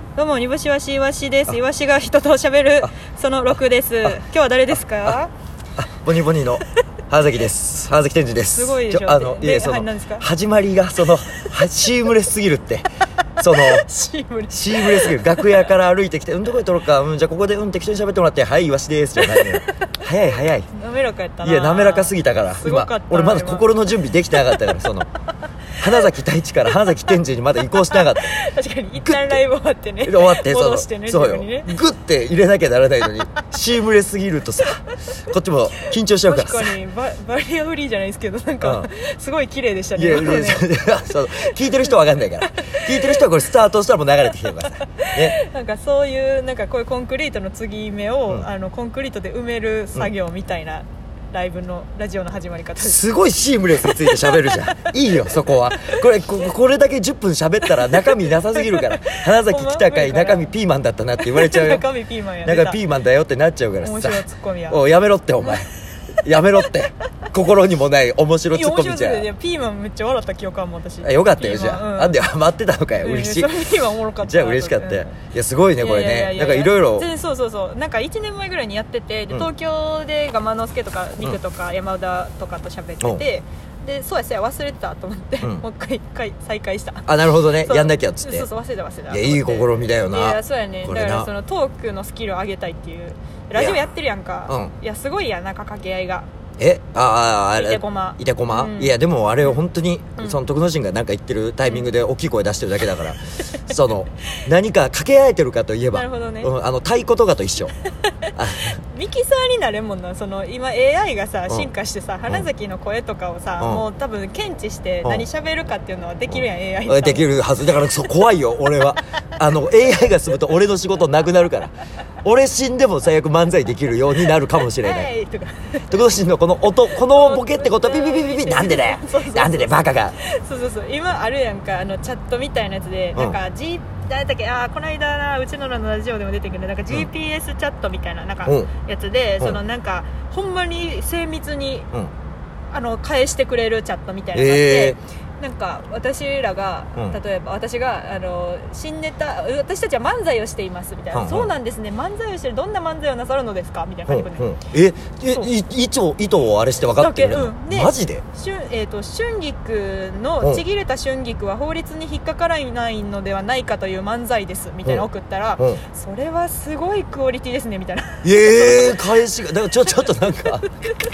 どうも煮干しわしいわしです。いわしが人と喋るその6です。今日は誰ですか？ ボニボニの花崎です。花崎天神です。 すごいでしょ。 はい、何ですか？始まりがシームレスすぎるってシームレスすぎる。楽屋から歩いてきてどこで撮ろうか、じゃあここで適当に喋ってもらって、はいいわしですじゃないのよ。早い滑らかやったな。 いや滑らかすぎたから今俺まだ心の準備できてなかったから花崎太一から花崎天神にまだ移行してなかった。 確かに一旦ライブ終わってね、 終わって戻してね、 そうよ、 ね、 グッて入れなきゃならないのにシームレスすぎるとさ、こっちも緊張しちゃうからさ。 確かにバリアフリーじゃないですけど、なんか、すごい綺麗でしたね。 いや聞いてる人は分かんないから、聞いてる人はこれスタートしたらもう流れてきてるからさ、ね、 なんかそういうなんかこういうコンクリートの継ぎ目を、コンクリートで埋める作業みたいな、ラジオの始まり方です。 すごいシームレスについて喋るじゃん。いいよそこは。これだけ10分喋ったら中身なさすぎるから、花崎来た回中身ピーマンだったなって言われちゃうよ。 中身ピーマンや。 中身ピーマンだよってなっちゃうからさ。 面白いツッコミや。 やめろってお前。やめろって心にもない面白ツッコミじゃん。 いやピーマンめっちゃ笑った記憶あるもん私。 よかったよ。じゃあ、なんで待ってたのかよ。嬉しい。 ピーマンおもろかった。 じゃあ嬉しかったよ。いやすごいねこれね。なんかいろいろそうなんか1年前ぐらいにやってて、で東京でガマノスケとかミクとか山田とかと喋ってて、でそうや忘れてたと思って、もう一回再開した。 あ、なるほどね。やんなきゃっつって。 そう忘れた。 いやいい試みだよな。 いやそうやね。だからそのトークのスキルを上げたいっていう。ラジオやってるやんか。いやすごいやなんか掛け合いが。 イテコマ、いやでもあれ本当に、その徳之進が何か言ってるタイミングで大きい声出してるだけだから、何か掛け合えてるかといえば、 なるほどね、 太鼓とかと一緒。 ミキサーになれんもんな。今 AI がさ進化してさ、花崎の声とかをさ、もう多分検知して何喋るかっていうのはできるやん、AI できるはずだから。怖いよ俺は。AI が住むと俺の仕事なくなるから。俺死んでも最悪漫才できるようになるかもしれない。徳之進のこの音、このボケってことはピピピピピ、なんでだよなんでだよバカが。 そう今あるやんか、チャットみたいなやつで、なんか誰だっけ、この間なうちのラジオでも出てくるなんか GPS チャットみたいななんかやつで、なんかほんまに精密に返してくれるチャットみたいなのがあって、なんか私らが、例えば私が新ネタ、私たちは漫才をしていますみたいな、そうなんですね、漫才をしてる、どんな漫才をなさるのですかみたいな感じで、 意図をあれして分かってるの、マジで。 春菊のちぎれた春菊は法律に引っかからないのではないかという漫才ですみたいな送ったら、それはすごいクオリティですねみたいな。 返しがだからちょっとなんか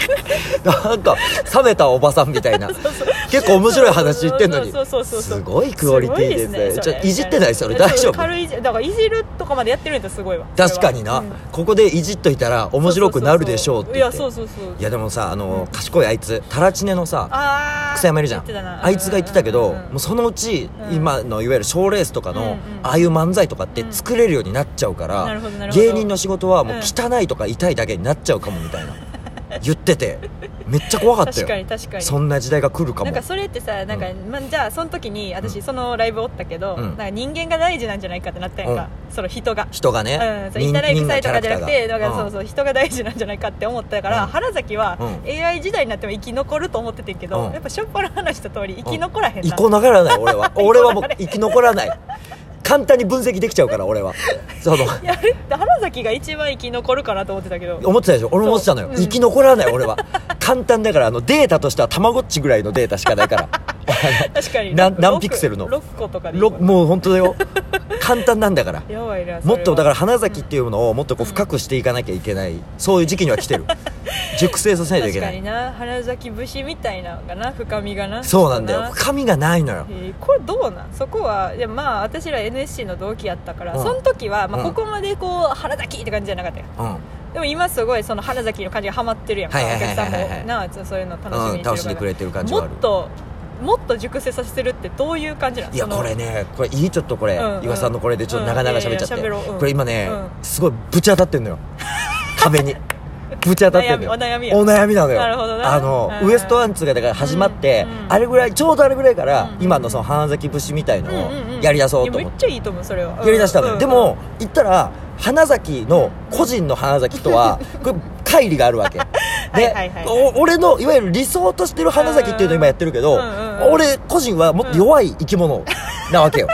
冷めたおばさんみたいな。結構面白い話言ってんのに、すごいクオリティですね。ちょっといじってない？それ大丈夫？ 軽いだからいじるとかまでやってるんだったらすごいわ。 確かにな、ここでいじっといたら面白くなるでしょうって言って。いやでもさ、賢いあいつタラチネのさ草山いるじゃん、あいつが言ってたけど、もうそのうち今のいわゆる賞レースとかのああいう漫才とかって作れるようになっちゃうから、芸人の仕事はもう汚いとか痛いだけになっちゃうかもみたいな言ってて、めっちゃ怖かったよ。 確かにそんな時代が来るかも。 なんかそれってさ、なんか、じゃあその時に私そのライブおったけど、なんか人間が大事なんじゃないかってなったやんか、その人がね、 インタライブサイトとかじゃなくて、だからそう人が大事なんじゃないかって思ったから、花崎は AI 時代になっても生き残ると思っててんけど、やっぱしょっぱな話した通り生き残らへんな。 生き残らない俺はもう生き残らない。簡単に分析できちゃうから俺は。 いや花崎が一番生き残るかなと思ってたけど。 思ってたでしょ。俺も思ってたのよ。生き残らない俺は。簡単だから、データとしてはたまごっちぐらいのデータしかないから。 確かに何ピクセルの 6個とかでもう本当だよ。簡単なんだから。 やばいな。 もっとだから花崎っていうのをもっと深くしていかなきゃいけない、そういう時期には来てる。熟成させないといけない。 確かにな、花咲節みたいなのがな、深みがな。 そうなんだよ、深みがないのよ。 これどうなん？そこは。いやまあ私ら NSC の同期やったから、その時はここまでこう花咲って感じじゃなかったよ。でも今すごいその花咲の感じがハマってるやんか、お客さんもな、そういうの楽しみにしてるから、 楽しんでくれてる感じはある。 もっと熟成させるってどういう感じなの？ いやこれね、ちょっとこれ、岩さんのこれでちょっと長々喋っちゃって、これ今ね、すごいぶち当たってんのよ、壁に。ぶち当たってんのよ。お悩みなのよ。 なるほどな。 ウエストワンツーがだから始まって、あれぐらい、ちょうどあれぐらいから、今のその花咲節みたいのをやりだそうと思って。 めっちゃいいと思うそれは。 やりだしたのよ。でも言ったら花咲の個人の花咲とはこれ乖離があるわけで、俺のいわゆる理想としてる花咲っていうのを今やってるけど、俺個人はもっと弱い生き物なわけよ。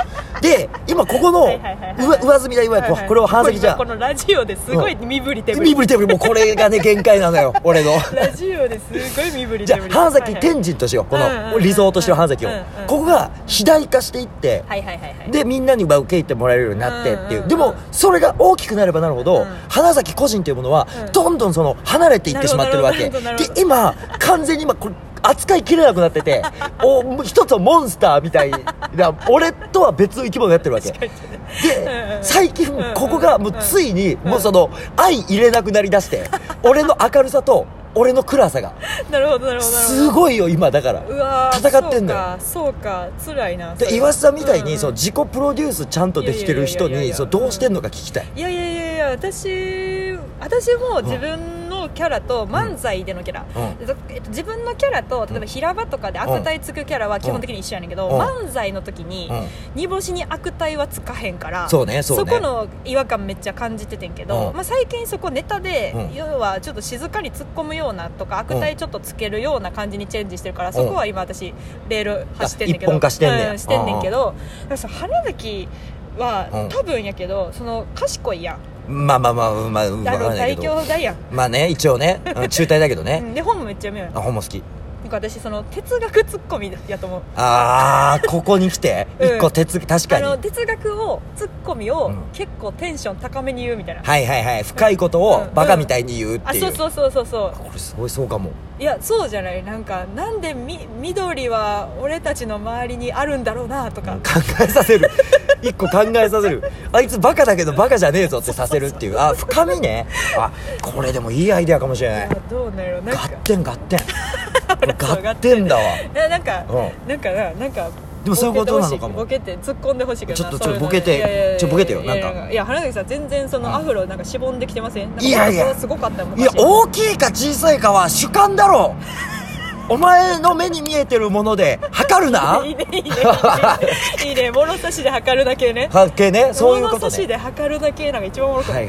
で今ここの上積みだ、これを半席じゃん。 このラジオですごい身振り手振り、 身振り手振り、もうこれがね限界なのよ俺のラジオですごい身振り手振り。 じゃあ半席天神としよう、この理想としてる半席を、ここが肥大化していって、でみんなに受け入れてもらえるようになってっていう。でもそれが大きくなればなるほど、花咲個人というものはどんどんその離れていってしまってるわけで、今完全にこれ扱いきれなくなってて一つのモンスターみたいな、俺とは別の生き物になってるわけで、最近ここがもうついにもうその相入れなくなりだして、俺の明るさと俺の暗さがなるほどすごいよ今。だから戦ってんのよ。 そうか辛いな。 で岩瀬さんみたいに自己プロデュースちゃんとできてる人にどうしてんのか聞きたい。 いや私も自分のキャラと漫才でのキャラ、自分のキャラと例えば平場とかで悪態つくキャラは基本的に一緒やねんけど、漫才の時に煮干しに悪態はつかへんから、そこの違和感めっちゃ感じててんけど、最近そこネタで要はちょっと静かに突っ込むようなとか悪態ちょっとつけるような感じにチェンジしてるから、そこは今私レール走ってんねんけど、 一本化してんねんけど、花咲は多分やけどその賢いやん。 まあ分からないけど、 最強大やん。 まあね一応ね中退だけどねで本もめっちゃ読むよ。 本も好き。 私その哲学ツッコミやと思う。 ここに来て一個確かに哲学をツッコミを結構テンション高めに言うみたいな、 深いことをバカみたいに言うっていう。 そうこれすごいそうかも。 いやそうじゃない。なんで緑は俺たちの周りにあるんだろうなとか考えさせる一個考えさせる。あいつバカだけどバカじゃねえぞってさせるっていう。深みね。これでもいいアイデアかもしれない。 どうなるの。 ガッテンガッテンだわ。 なんかでもそういうことなのかも。 ボケて突っ込んでほしいけどな。 ちょっとボケてよ。なんかいや花咲さん全然そのアフロなんかしぼんできてません？ いやすごかったもん。 いや大きいか小さいかは主観だろお前の目に見えてるもので測るな。いいね物差しで測るだけね。 そういうことね。物差しで測るだけなんか一番おもろかった。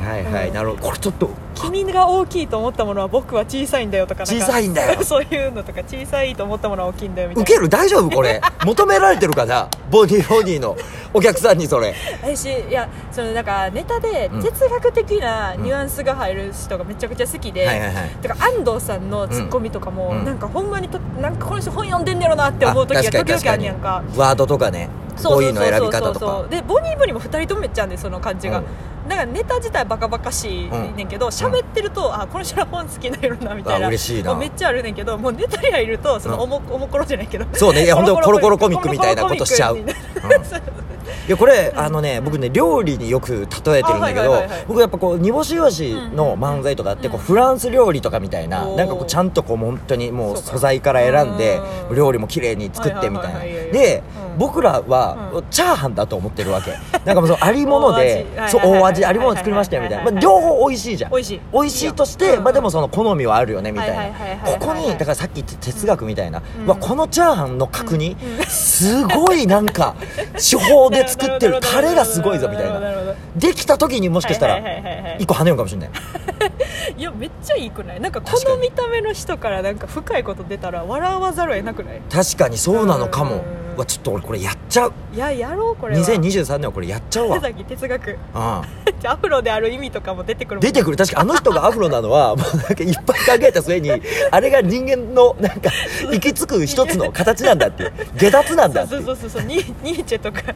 なるほど。これちょっと君が大きいと思ったものは僕は小さいんだよとか、 小さいんだよそういうのとか、小さいと思ったものは大きいんだよみたいな。 ウケる？大丈夫？これ求められてるかなボディのお客さんにそれ。 私いやそのなんかネタで哲学的なニュアンスが入る人がめちゃくちゃ好きで、てか安藤さんのツッコミとかもなんかほんまになんかこの人本読んでんねやろなって思う時が時々あんねやんか。 ワードとかね、こういうの選び方とかでボニーボニーも2人ともめっちゃあんねんその感じが。なんかネタ自体バカバカしいねんけど、喋ってるとこの人ら本好きなんやろなみたいな。 嬉しいな。 めっちゃあるねんけど、もうネタに入るとそのおもころじゃないけど、 そうね、いや本当コロコロコミックみたいなことしちゃう。いやこれ僕ね料理によく例えてるんだけど、僕やっぱ煮干しイワシの漫才とかってフランス料理とかみたいな、なんかちゃんと本当にもう素材から選んで料理も綺麗に作ってみたいな。で僕らはチャーハンだと思ってるわけ。なんかもうありもので大味ありもの作りましたよみたいな。両方美味しいじゃん。美味しいとしてでもその好みはあるよねみたいな。ここにだからさっき言った哲学みたいな、このチャーハンの角にすごいなんか手法で作ってるタレがすごいぞみたいな。できた時にもしかしたら一個跳ねるかもしれない。 いやめっちゃいいくない？なんかこの見た目の人からなんか深いこと出たら笑わざるを得なくない？ 確かにそうなのかも。ちょっと俺これやっちゃう。 いややろうこれは。 2023年はこれやっちゃうわ。 哲学アフロである意味とかも出てくる。 確かあの人がアフロなのはもうなんかいっぱい考えた末にあれが人間のなんか行き着く一つの形なんだって下脱なんだって。 そうニーチェとか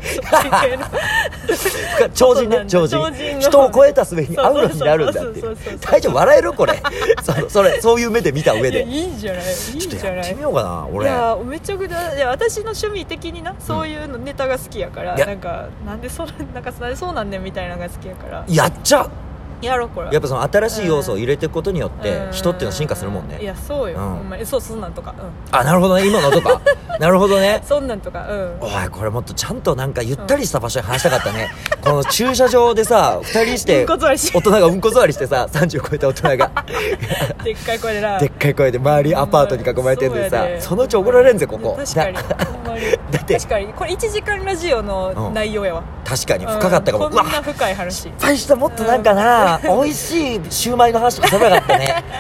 超人ね。超人人を超えた末にアフロになるんだって。大丈夫？笑えるこれそういう目で見た上で。 いいんじゃない？ ちょっとやってみようかな俺。 いやめちゃくちゃ私の趣味的になそういうのネタが好きやから、なんでそうなんねんみたいなのが好きやからやっちゃう。 やろこれやっぱその新しい要素を入れていくことによって人っていうのは進化するもんね。 いやそうよ、ほんまにそんなんとか、 なるほどね今のとかなるほどねそんなんとか、 おいこれもっとちゃんとなんかゆったりした場所で話したかったね。この駐車場でさ2人して大人がうんこ座りしてさ30超えた大人がでっかい声でなでっかい声で周りアパートに囲まれてるんでさ、そのうち怒られんぜここ。 確かにほんまにだって確かにこれ1時間ラジオの内容やわ。 確かに深かったかも。 こんな深い話失敗した。もっとなんかな美味しいシューマイの話とかすればよかったね。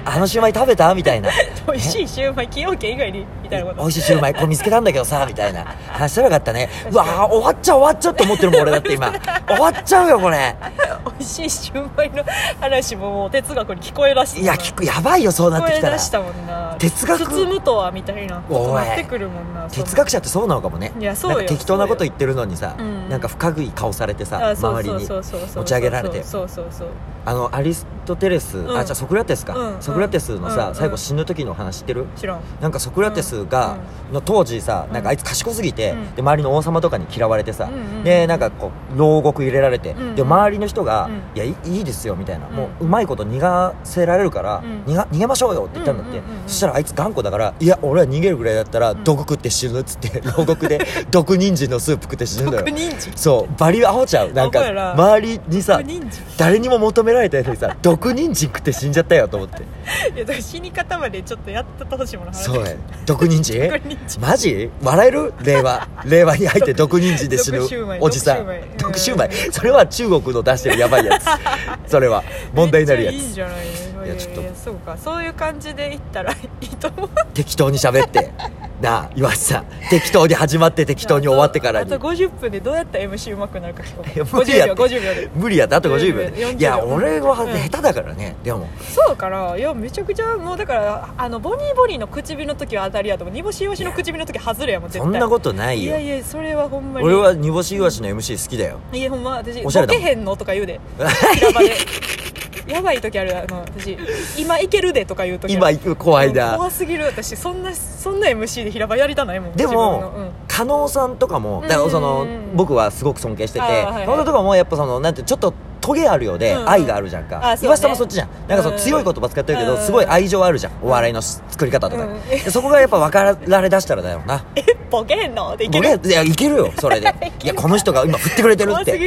あのシューマイ食べたみたいな美味しいシューマイ崎陽軒以外にみたいなこと、 美味しいシューマイこれ見つけたんだけどさみたいな話したらよかったね。うわー終わっちゃうって思ってるもん俺だって今終わっちゃうよこれ。 美味しいシューマイの話ももう哲学に聞こえだした。 いややばいよそうなってきたら。 聞こえだしたもんな。 哲学包むとはみたいなことなってくるもんな。 哲学者ってそうなのかもね。 いやそうよ。 なんか適当なこと言ってるのにさ、なんか深い顔されてさ周りに持ち上げられて、アリストテレス、じゃあソクラテスか、ソクラテスのさ、最後死ぬ時の話知ってる？ 知らん。 なんかソクラテスが、の当時さ、なんかあいつ賢すぎて、で周りの王様とかに嫌われてさ、でなんかこう牢獄入れられて、で周りの人が、いやいいですよみたいな、もううまいこと逃がせられるから、逃げましょうよって言ったんだって。そしたらあいつ頑固だから、いや俺は逃げるぐらいだったら毒食って死ぬっつって牢獄で毒人参のスープ食って死ぬんだよ。 毒人参。 そうバリアホちゃう。なんか周りにさ誰にも求められたやつにさ毒人参食って死んじゃったよと思って。 いやだから死に方までちょっとやっててほしいもの話。 そうね。毒人参マジ笑える？令和に入って毒人参で死ぬおじさん。毒シューマイ、それは中国の出してるやばいやつそれは問題になるやつ。 いいじゃない。いやちょっとそうか、そういう感じでいったらいいと思う。 適当に喋ってなあ岩橋さん、適当に始まって適当に終わってからにあと50分でどうやったら MC うまくなるか聞こう。 無理やって 50秒で無理やってあと50秒で。いや俺は下手だからね。でもそうからいやめちゃくちゃもうだからボニーボニーの唇の時は当たりやと思う。煮干しイワシの唇の時外れやもん絶対。 そんなことないよ。 いやそれはほんまに俺は煮干しイワシの MC 好きだよ。 いやほんま私おしゃれだボケへんのとか言うで平場でやばい時ある。私今いけるでとか言う時今行く怖いな。 怖すぎる。私そんな MC で平場やりたないもん。 でも加納さんとかもだから僕はすごく尊敬してて、加納とかもやっぱなんてちょっとトゲあるようで愛があるじゃんか。岩下さんもそっちじゃん。なんか強い言葉使ってるけどすごい愛情あるじゃん、お笑いの作り方とか。そこがやっぱ分かられだしたらだよな。 ボケへんのっていける？ いやいけるよそれで。いやこの人が今振ってくれてるって